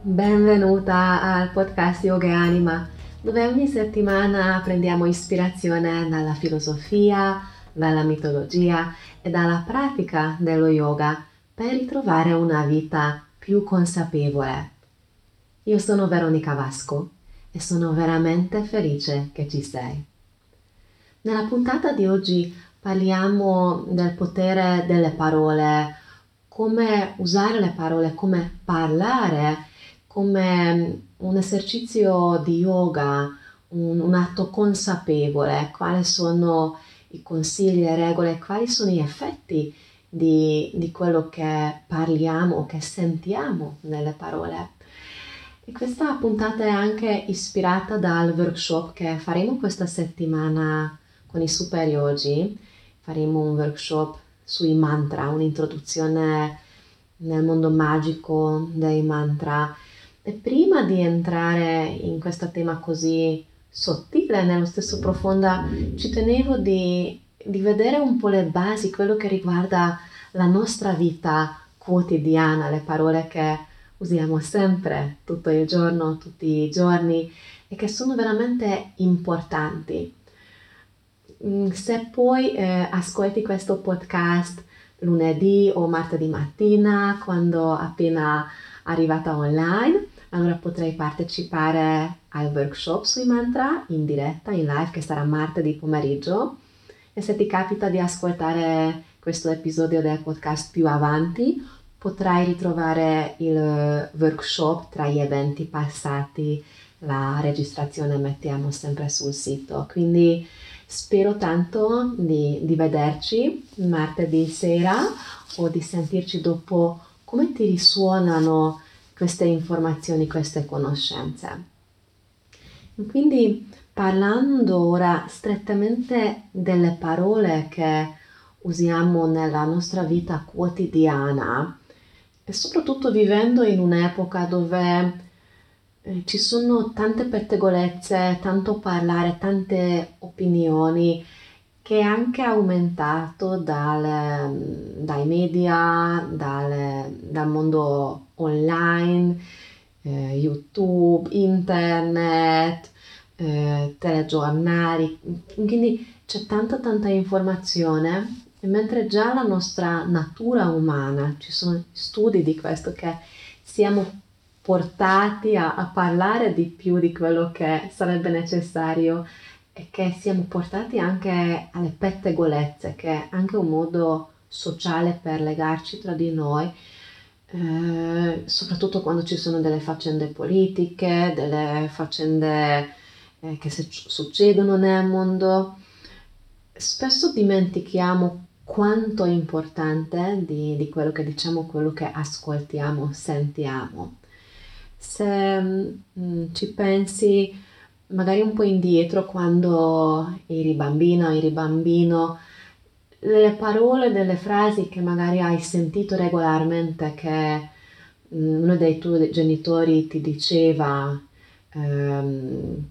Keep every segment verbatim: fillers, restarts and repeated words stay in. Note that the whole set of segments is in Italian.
Benvenuta al podcast Yoga e Anima, dove ogni settimana prendiamo ispirazione dalla filosofia, dalla mitologia e dalla pratica dello yoga per ritrovare una vita più consapevole. Io sono Veronica Vasco e sono veramente felice che ci sei. Nella puntata di oggi parliamo del potere delle parole, come usare le parole, come parlare, come un esercizio di yoga, un, un atto consapevole, quali sono i consigli, le regole, quali sono gli effetti di, di quello che parliamo, che sentiamo nelle parole. E questa puntata è anche ispirata dal workshop che faremo questa settimana con i super yogi. Faremo un workshop sui mantra, un'introduzione nel mondo magico dei mantra. E prima di entrare in questo tema così sottile, nello stesso profonda, ci tenevo di, di vedere un po' le basi, quello che riguarda la nostra vita quotidiana, le parole che usiamo sempre, tutto il giorno, tutti i giorni e che sono veramente importanti. Se poi eh, ascolti questo podcast lunedì o martedì mattina, quando appena arrivata online, allora potrai partecipare al workshop sui mantra in diretta, in live, che sarà martedì pomeriggio. E se ti capita di ascoltare questo episodio del podcast più avanti, potrai ritrovare il workshop tra gli eventi passati. La registrazione mettiamo sempre sul sito, quindi spero tanto di, di vederci martedì sera o di sentirci dopo come ti risuonano queste informazioni, queste conoscenze. Quindi parlando ora strettamente delle parole che usiamo nella nostra vita quotidiana e soprattutto vivendo in un'epoca dove eh, ci sono tante pettegolezze, tanto parlare, tante opinioni che è anche aumentato dal, dai media, dal, dal mondo online, eh, YouTube, internet, eh, telegiornali, quindi c'è tanta tanta informazione e mentre già la nostra natura umana, ci sono studi di questo che siamo portati a, a parlare di più di quello che sarebbe necessario e che siamo portati anche alle pettegolezze, che è anche un modo sociale per legarci tra di noi, eh, soprattutto quando ci sono delle faccende politiche, delle faccende eh, che se, succedono nel mondo. Spesso dimentichiamo quanto è importante di, di quello che diciamo, quello che ascoltiamo, sentiamo. Se mm, ci pensi magari un po' indietro quando eri bambina o eri bambino, le parole delle frasi che magari hai sentito regolarmente che mm, uno dei tuoi genitori ti diceva, ehm,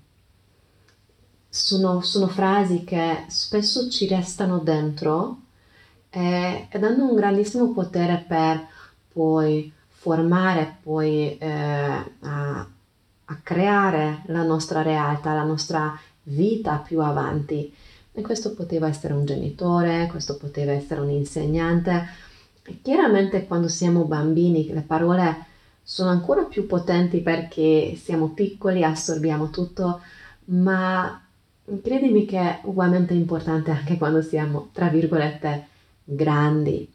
sono, sono frasi che spesso ci restano dentro e, ed hanno un grandissimo potere per poi formare, poi eh, a, a creare la nostra realtà, la nostra vita più avanti. E questo poteva essere un genitore, questo poteva essere un insegnante. E chiaramente quando siamo bambini le parole sono ancora più potenti perché siamo piccoli, assorbiamo tutto, ma credimi che è ugualmente importante anche quando siamo, tra virgolette, grandi.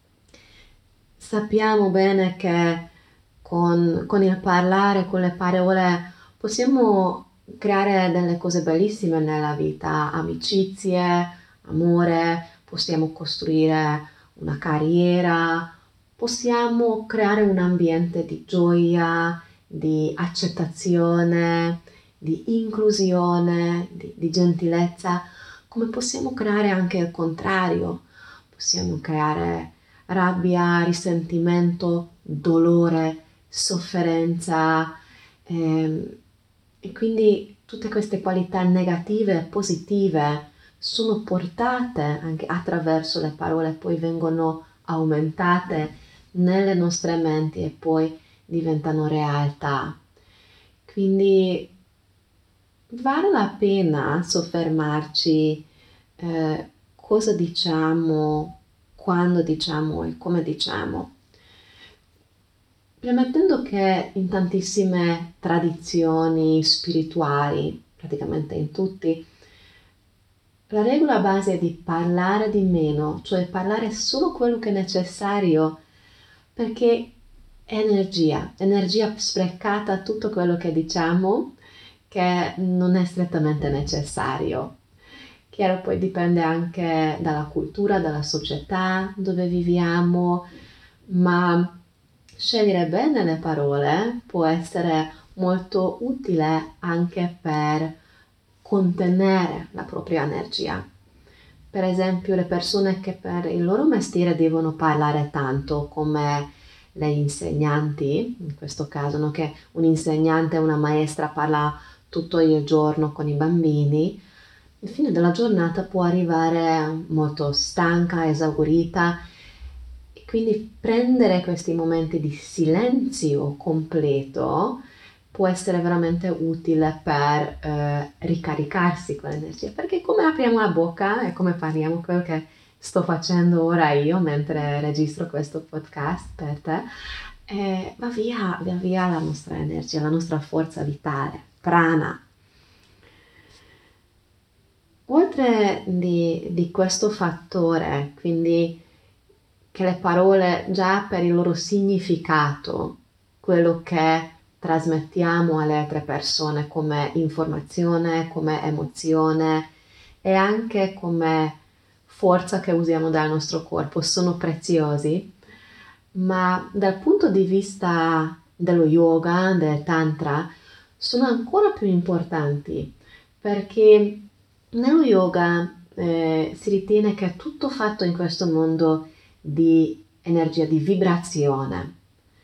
Sappiamo bene che con, con il parlare, con le parole, possiamo creare delle cose bellissime nella vita, amicizie, amore, possiamo costruire una carriera, possiamo creare un ambiente di gioia, di accettazione, di inclusione, di, di gentilezza, come possiamo creare anche il contrario, possiamo creare rabbia, risentimento, dolore, sofferenza ehm, e quindi tutte queste qualità negative e positive sono portate anche attraverso le parole, poi vengono aumentate nelle nostre menti e poi diventano realtà. Quindi vale la pena soffermarci eh, cosa diciamo, quando diciamo e come diciamo. Premettendo che in tantissime tradizioni spirituali, praticamente in tutti, la regola base è di parlare di meno, cioè parlare solo quello che è necessario, perché è energia, energia sprecata, tutto quello che diciamo che non è strettamente necessario. Chiaro, poi dipende anche dalla cultura, dalla società dove viviamo, ma scegliere bene le parole può essere molto utile anche per contenere la propria energia. Per esempio, le persone che per il loro mestiere devono parlare tanto, come le insegnanti, in questo caso, no? Che un insegnante, una maestra parla tutto il giorno con i bambini, alla fine della giornata può arrivare molto stanca, esaurita, e quindi prendere questi momenti di silenzio completo può essere veramente utile per eh, ricaricarsi con l'energia, perché come apriamo la bocca e come parliamo, quello che sto facendo ora io mentre registro questo podcast per te, eh, va via, va via la nostra energia, la nostra forza vitale, prana. Oltre di, di questo fattore, quindi che le parole già per il loro significato, quello che trasmettiamo alle altre persone come informazione, come emozione e anche come forza che usiamo dal nostro corpo, sono preziosi, ma dal punto di vista dello yoga, del tantra, sono ancora più importanti, perché nello yoga eh, si ritiene che è tutto fatto in questo mondo di energia, di vibrazione.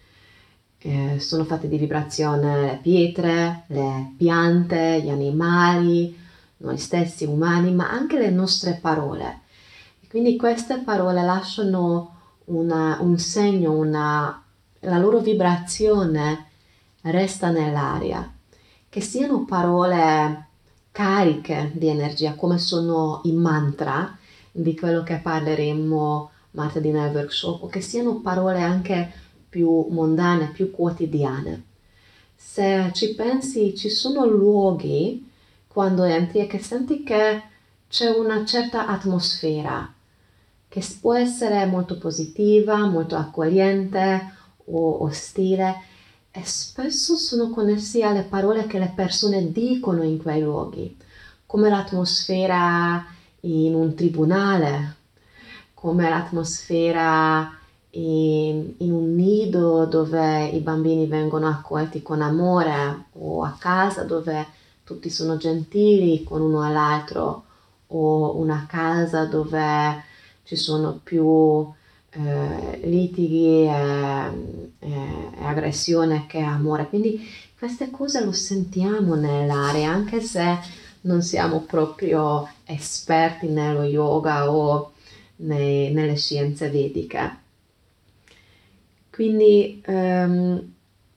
Eh, sono fatte di vibrazione le pietre, le piante, gli animali, noi stessi umani, ma anche le nostre parole. E quindi queste parole lasciano una, un segno, una, la loro vibrazione resta nell'aria. Che siano parole cariche di energia, come sono i mantra, di quello che parleremo martedì nel workshop, o che siano parole anche più mondane, più quotidiane. Se ci pensi, ci sono luoghi quando entri e che senti che c'è una certa atmosfera che può essere molto positiva, molto accogliente o ostile, e spesso sono connessi alle parole che le persone dicono in quei luoghi, come l'atmosfera in un tribunale, come l'atmosfera in, in un nido dove i bambini vengono accolti con amore, o a casa dove tutti sono gentili con uno all'altro, o una casa dove ci sono più eh, litighi e, e, e aggressione che amore. Quindi queste cose lo sentiamo nell'aria, anche se non siamo proprio esperti nello yoga o nei, nelle scienze vediche. Quindi um,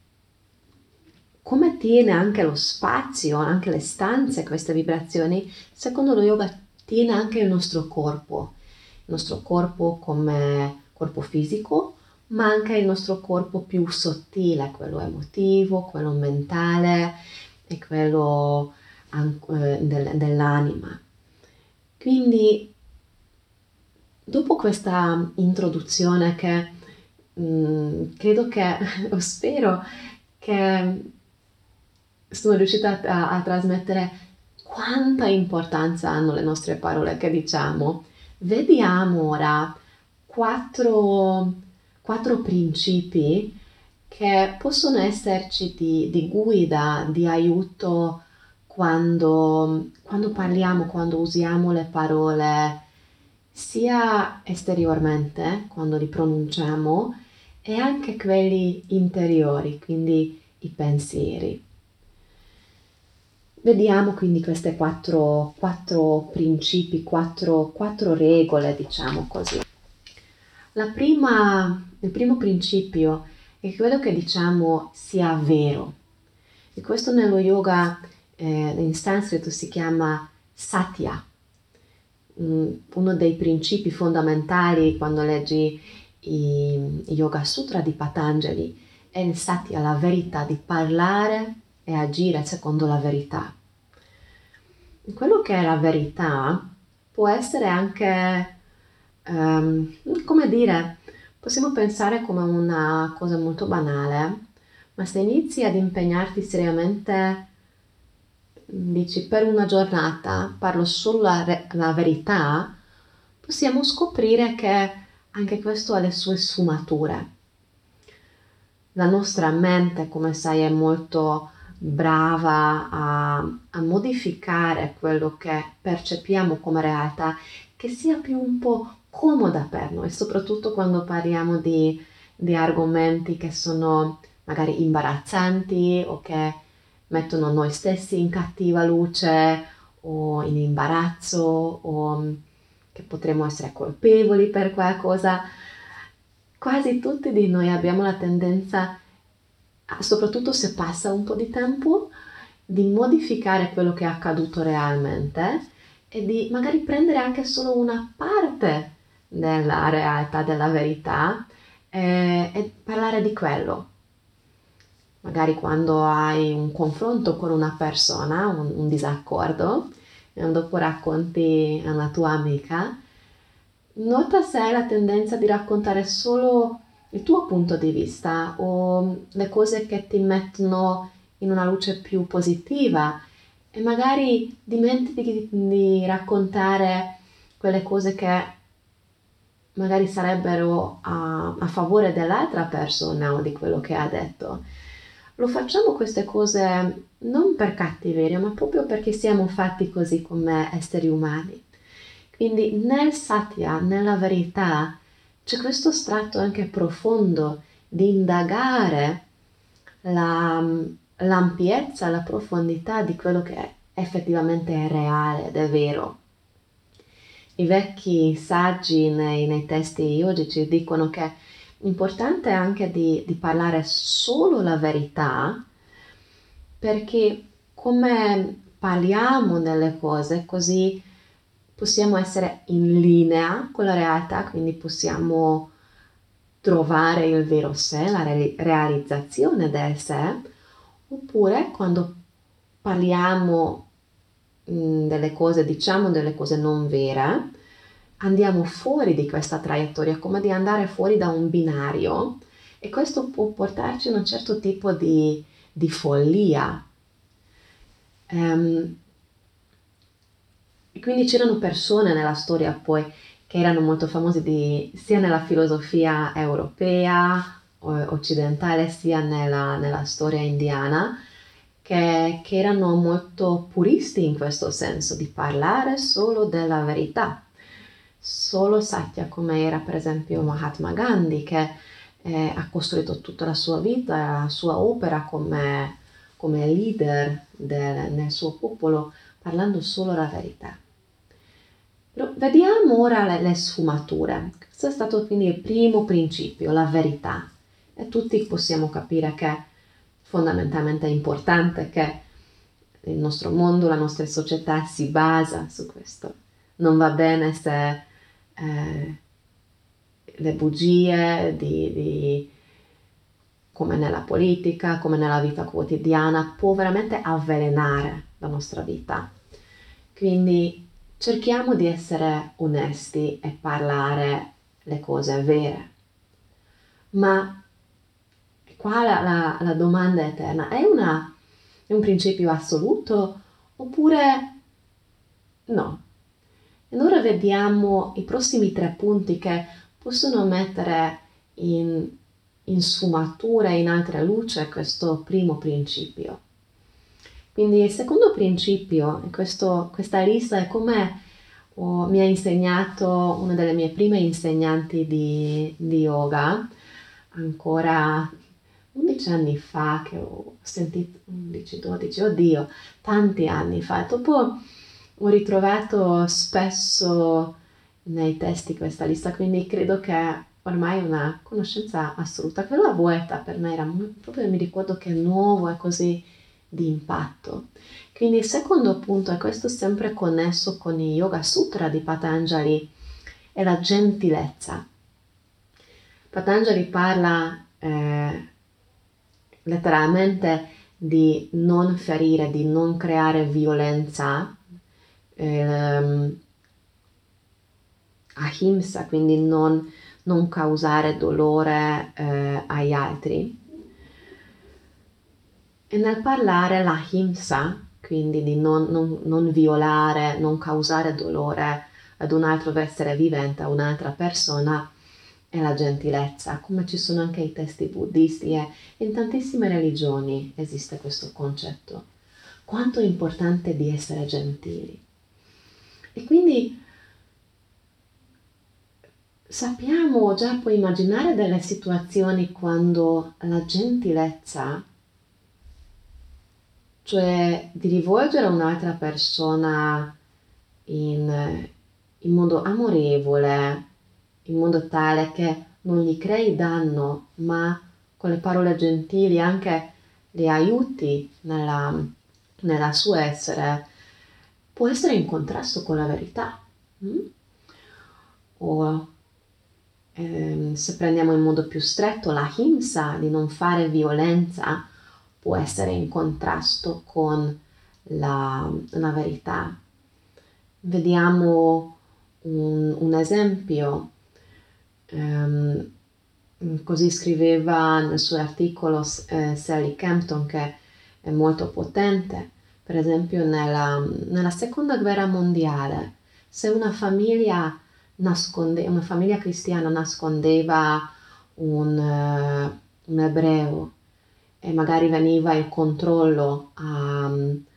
come tiene anche lo spazio, anche le stanze, queste vibrazioni, secondo lo yoga tiene anche il nostro corpo, il nostro corpo come corpo fisico, ma anche il nostro corpo più sottile, quello emotivo, quello mentale e quello anche, eh, del, dell'anima. Quindi, dopo questa introduzione che mh, credo che, o spero che sono riuscita a, a trasmettere quanta importanza hanno le nostre parole che diciamo, vediamo ora quattro, quattro principi che possono esserci di, di guida, di aiuto quando, quando parliamo, quando usiamo le parole, sia esteriormente, quando li pronunciamo, e anche quelli interiori, quindi i pensieri. Vediamo quindi queste quattro, quattro principi, quattro, quattro regole, diciamo così. La prima, il primo principio e che quello che diciamo sia vero. E questo nello yoga eh, in sanscrito si chiama satya. Mm, uno dei principi fondamentali quando leggi i, i Yoga Sutra di Patanjali è il satya, la verità, di parlare e agire secondo la verità. Quello che è la verità può essere anche, um, come dire, possiamo pensare come una cosa molto banale, ma se inizi ad impegnarti seriamente, dici per una giornata parlo solo la, re- la verità, possiamo scoprire che anche questo ha le sue sfumature. La nostra mente, come sai, è molto brava a, a modificare quello che percepiamo come realtà, che sia più un po' comoda per noi, soprattutto quando parliamo di, di argomenti che sono magari imbarazzanti o che mettono noi stessi in cattiva luce o in imbarazzo o che potremmo essere colpevoli per qualcosa. Quasi tutti di noi abbiamo la tendenza, soprattutto se passa un po' di tempo, di modificare quello che è accaduto realmente e di magari prendere anche solo una parte della realtà, della verità e, e parlare di quello. Magari quando hai un confronto con una persona, un, un disaccordo, e dopo racconti a una tua amica, nota se hai la tendenza di raccontare solo il tuo punto di vista o le cose che ti mettono in una luce più positiva e magari dimentichi di, di raccontare quelle cose che magari sarebbero a, a favore dell'altra persona o di quello che ha detto. Lo facciamo queste cose non per cattiveria, ma proprio perché siamo fatti così come esseri umani. Quindi nel satya, nella verità, c'è questo strato anche profondo di indagare la, l'ampiezza, la profondità di quello che effettivamente è reale ed è vero. I vecchi saggi nei, nei testi yogici dicono che è importante anche di, di parlare solo la verità, perché come parliamo delle cose, così possiamo essere in linea con la realtà, quindi possiamo trovare il vero sé, la re- realizzazione del sé, oppure quando parliamo mh, delle cose, diciamo delle cose non vere, andiamo fuori di questa traiettoria, come di andare fuori da un binario e questo può portarci a un certo tipo di, di follia. Um, quindi c'erano persone nella storia poi che erano molto famose di, sia nella filosofia europea, occidentale, sia nella, nella storia indiana, che, che erano molto puristi in questo senso, di parlare solo della verità, solo satya, come era per esempio Mahatma Gandhi, che eh, ha costruito tutta la sua vita, la sua opera come, come leader del, nel suo popolo, parlando solo la verità. Però vediamo ora le, le sfumature. Questo è stato quindi il primo principio, la verità. E tutti possiamo capire che fondamentalmente è importante che il nostro mondo, la nostra società si basa su questo. Non va bene se eh, le bugie di, di, come nella politica, come nella vita quotidiana, può veramente avvelenare la nostra vita. Quindi cerchiamo di essere onesti e parlare le cose vere. Ma qua la, la, la domanda eterna, è, una, è un principio assoluto oppure no? E allora vediamo i prossimi tre punti che possono mettere in, in sfumatura, in altra luce questo primo principio. Quindi il secondo principio, questo, questa lista è come oh, mi ha insegnato una delle mie prime insegnanti di, di yoga, ancora undici anni fa che ho sentito, undici dodici, oddio, tanti anni fa. E dopo ho ritrovato spesso nei testi questa lista, quindi credo che ormai una conoscenza assoluta. Quella volta per me era proprio, mi ricordo che è nuovo e così di impatto. Quindi il secondo punto, e questo sempre connesso con il Yoga Sutra di Patanjali, è la gentilezza. Patanjali parla eh, letteralmente di non ferire, di non creare violenza, ehm, ahimsa, quindi non, non causare dolore eh, agli altri. E nel parlare l'ahimsa, quindi di non, non, non violare, non causare dolore ad un altro essere vivente, a un'altra persona, è la gentilezza, come ci sono anche i testi buddisti e in tantissime religioni esiste questo concetto. Quanto è importante di essere gentili. E quindi sappiamo già, puoi immaginare delle situazioni quando la gentilezza, cioè di rivolgere a un'altra persona in, in modo amorevole, in modo tale che non gli crei danno, ma con le parole gentili anche li aiuti nella, nella sua essere, può essere in contrasto con la verità. Mm? O ehm, se prendiamo in modo più stretto la himsa, di non fare violenza, può essere in contrasto con la, la verità. Vediamo un, un esempio, um, così scriveva nel suo articolo eh, Sally Campton, che è molto potente. Per esempio nella, nella seconda guerra mondiale, se una famiglia, nasconde, una famiglia cristiana nascondeva un, uh, un ebreo e magari veniva il controllo a,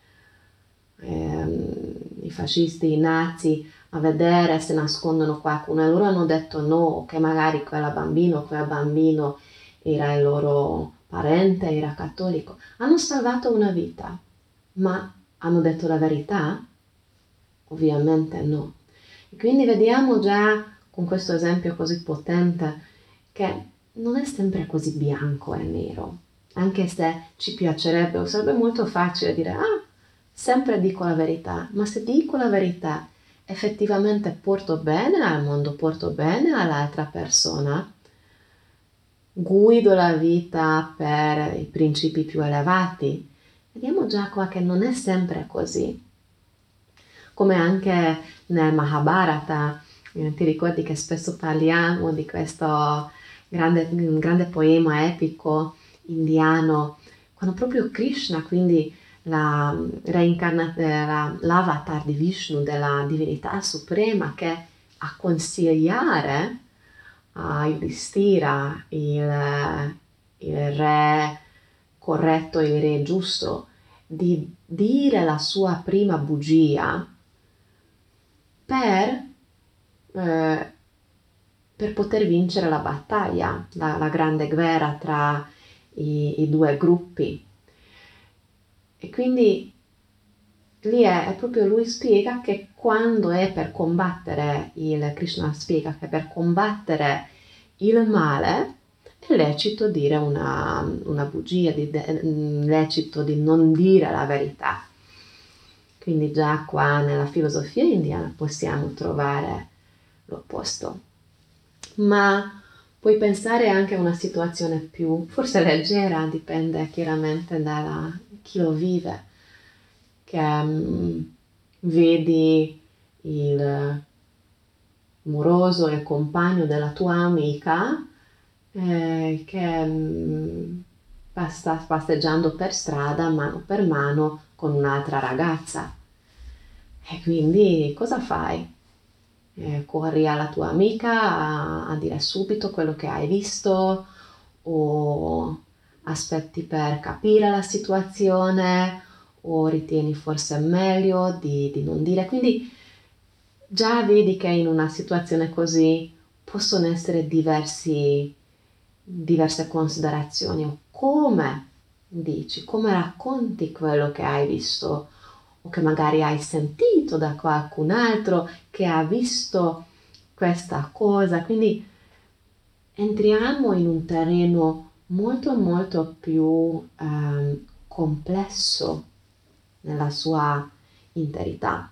ehm, i fascisti, i nazi, a vedere se nascondono qualcuno, e loro hanno detto no, che magari quella bambino, quel bambino era il loro parente, era cattolico. Hanno salvato una vita, ma hanno detto la verità? Ovviamente no. E quindi vediamo già con questo esempio così potente che non è sempre così bianco e nero, anche se ci piacerebbe o sarebbe molto facile dire ah, sempre dico la verità, ma se dico la verità effettivamente porto bene al mondo, porto bene all'altra persona, guido la vita per i principi più elevati. Vediamo già qua che non è sempre così. Come anche nel Mahabharata, eh, ti ricordi che spesso parliamo di questo grande, grande poema epico indiano, quando proprio Krishna, quindi la reincarnazione, l'avatar di Vishnu, della divinità suprema, che a consigliare a Yudhishthira, il, il re corretto, il re giusto, di dire la sua prima bugia per, eh, per poter vincere la battaglia, la, la grande guerra tra i, i due gruppi. E quindi lì è, è proprio lui spiega che quando è per combattere, il Krishna spiega che per combattere il male è lecito dire una, una bugia, di, è lecito di non dire la verità. Quindi già qua nella filosofia indiana possiamo trovare l'opposto. Ma puoi pensare anche a una situazione più, forse leggera, dipende chiaramente da chi lo vive, che um, vedi il moroso e compagno della tua amica eh, che um, sta passeggiando per strada mano per mano con un'altra ragazza. E quindi cosa fai? Eh, corri alla tua amica a, a dire subito quello che hai visto o aspetti per capire la situazione o ritieni forse meglio di, di non dire. Quindi già vedi che in una situazione così possono essere diversi, diverse considerazioni o come dici, come racconti quello che hai visto o che magari hai sentito da qualcun altro che ha visto questa cosa. Quindi entriamo in un terreno molto molto più ehm, complesso nella sua interità.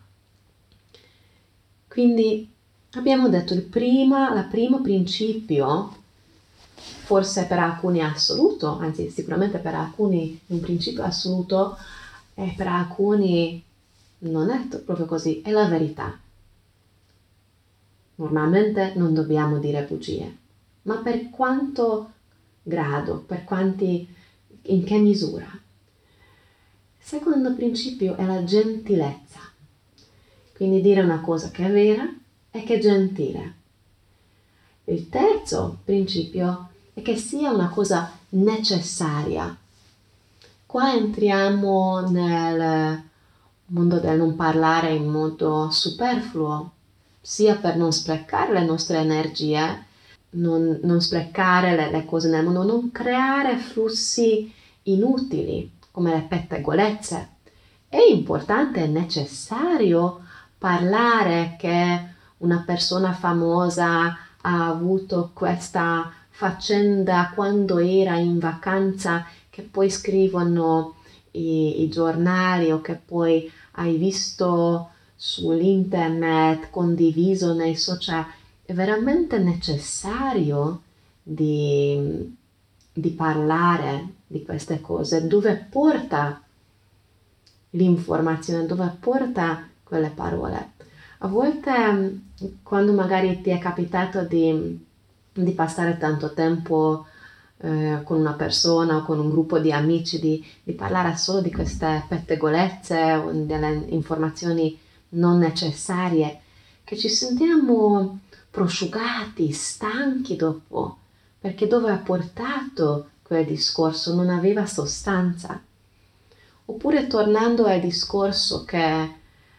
Quindi abbiamo detto il prima, il primo principio, forse per alcuni è assoluto, anzi sicuramente per alcuni un principio assoluto e per alcuni non è proprio così, è la verità. Normalmente non dobbiamo dire bugie, ma per quanto grado, per quanti, in che misura? Il secondo principio è la gentilezza, quindi dire una cosa che è vera e che è gentile. Il terzo principio è che sia una cosa necessaria. Qua entriamo nel mondo del non parlare in modo superfluo, sia per non sprecare le nostre energie, non, non sprecare le, le cose nel mondo, non creare flussi inutili come le pettegolezze. È importante, è necessario parlare che una persona famosa ha avuto questa faccenda quando era in vacanza, che poi scrivono i, i giornali o che poi hai visto sull'internet, condiviso nei social. È veramente necessario di, di parlare di queste cose, dove porta l'informazione, dove porta quelle parole. A volte, quando magari ti è capitato di, di passare tanto tempo eh, con una persona o con un gruppo di amici, di, di parlare solo di queste pettegolezze o delle informazioni non necessarie, che ci sentiamo prosciugati, stanchi dopo, perché dove ha portato quel discorso non aveva sostanza. Oppure tornando al discorso che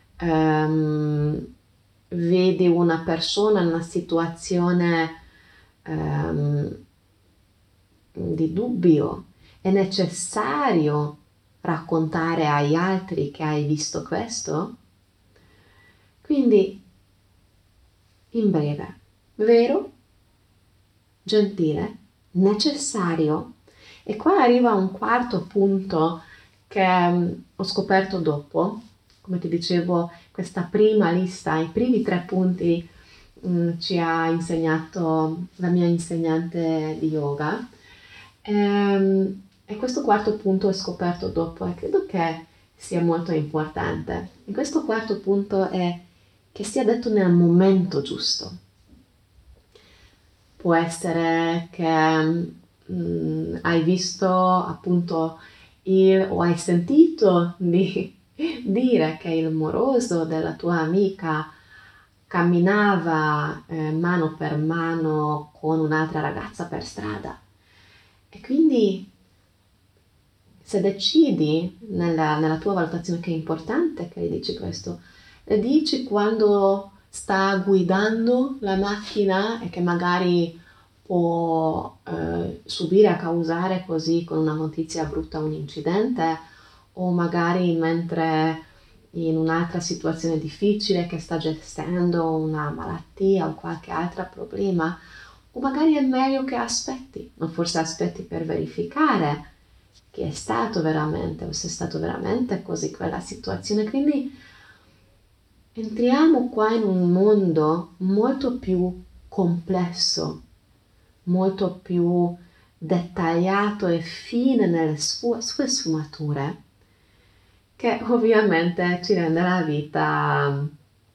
ehm, vedi una persona in una situazione ehm, di dubbio, è necessario raccontare agli altri che hai visto questo? Quindi, in breve, vero, gentile, necessario. E qua arriva un quarto punto che um, ho scoperto dopo. Come ti dicevo, questa prima lista, i primi tre punti um, ci ha insegnato la mia insegnante di yoga. E, e questo quarto punto ho scoperto dopo e credo che sia molto importante. E questo quarto punto è che sia detto nel momento giusto. Può essere che mm, hai visto appunto il, o hai sentito di dire che il moroso della tua amica camminava eh, mano per mano con un'altra ragazza per strada. E quindi se decidi nella, nella tua valutazione che è importante che gli dici questo, le dici quando sta guidando la macchina e che magari può eh, subire a causare così con una notizia brutta un incidente, o magari mentre in un'altra situazione difficile che sta gestendo una malattia o qualche altro problema, o magari è meglio che aspetti, o forse aspetti per verificare che è stato veramente o se è stato veramente così quella situazione. Quindi entriamo qua in un mondo molto più complesso, molto più dettagliato e fine nelle sue, sue sfumature, che ovviamente ci rende la vita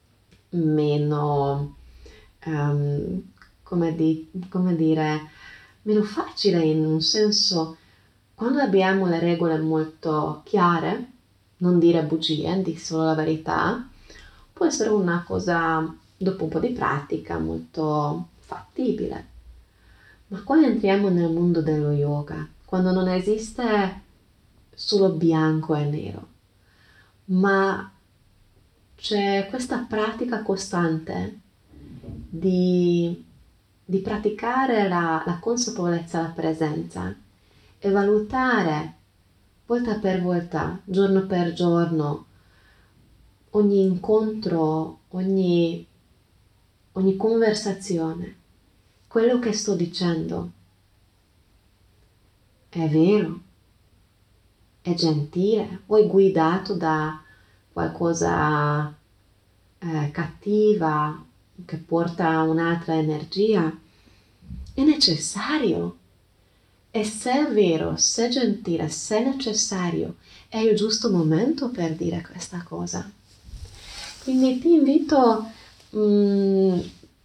meno, um, come, di, come dire, meno facile in un senso. Quando abbiamo le regole molto chiare, non dire bugie, di solo la verità, può essere una cosa, dopo un po' di pratica, molto fattibile. Ma quando entriamo nel mondo dello yoga, quando non esiste solo bianco e nero, ma c'è questa pratica costante di, di praticare la, la consapevolezza, la presenza, e valutare volta per volta, giorno per giorno, ogni incontro, ogni, ogni conversazione, quello che sto dicendo è vero, è gentile o è guidato da qualcosa eh, cattiva che porta un'altra energia. È necessario. E se è vero, se è gentile, se è necessario, è il giusto momento per dire questa cosa. Quindi ti invito mm,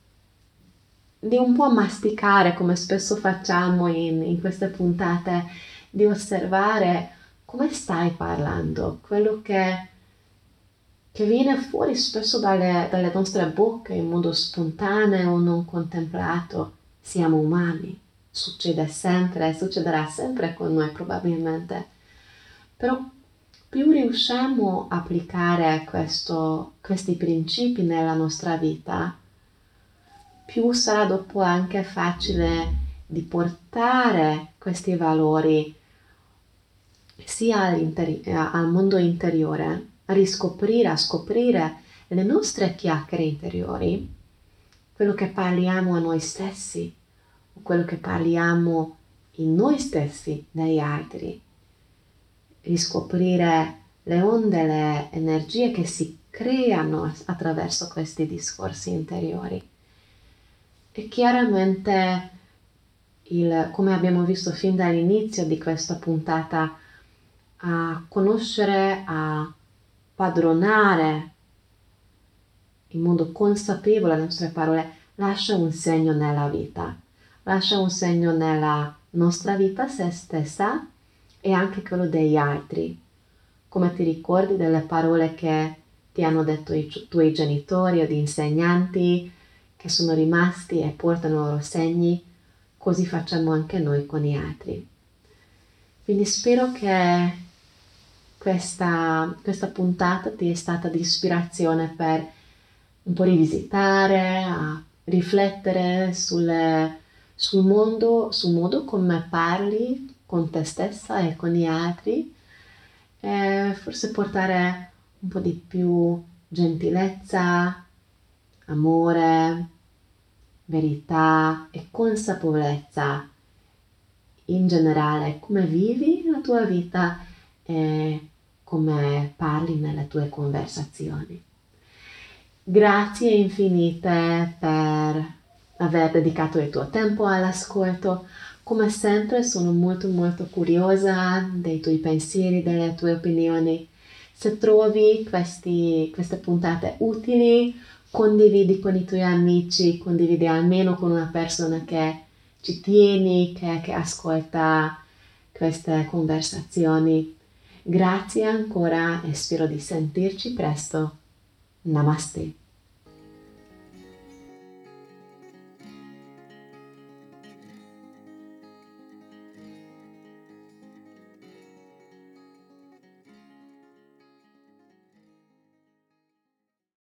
di un po' masticare, come spesso facciamo in, in queste puntate, di osservare come stai parlando, quello che, che viene fuori spesso dalle, dalle nostre bocche in modo spontaneo o non contemplato. Siamo umani, succede sempre, succederà sempre con noi probabilmente, però più riusciamo a applicare questo, questi principi nella nostra vita, più sarà dopo anche facile di portare questi valori sia al mondo interiore, a riscoprire, a scoprire le nostre chiacchiere interiori, quello che parliamo a noi stessi, o quello che parliamo in noi stessi dagli altri, riscoprire le onde, le energie che si creano attraverso questi discorsi interiori. E chiaramente, il, come abbiamo visto fin dall'inizio di questa puntata, a conoscere, a padronare in modo consapevole le nostre parole, lascia un segno nella vita, lascia un segno nella nostra vita, se stessa e anche quello degli altri. Come ti ricordi delle parole che ti hanno detto i tuoi genitori o di insegnanti che sono rimasti e portano i loro segni, così facciamo anche noi con gli altri. Quindi spero che questa, questa puntata ti è stata di ispirazione per un po' rivisitare, a riflettere sulle, sul mondo, sul modo come parli con te stessa e con gli altri, e forse portare un po' di più gentilezza, amore, verità e consapevolezza in generale, come vivi la tua vita e come parli nelle tue conversazioni. Grazie infinite per aver dedicato il tuo tempo all'ascolto. Come sempre sono molto molto curiosa dei tuoi pensieri, delle tue opinioni. Se trovi questi, queste puntate utili, condividi con i tuoi amici, condividi almeno con una persona che ci tieni, che, che ascolta queste conversazioni. Grazie ancora e spero di sentirci presto. Namaste.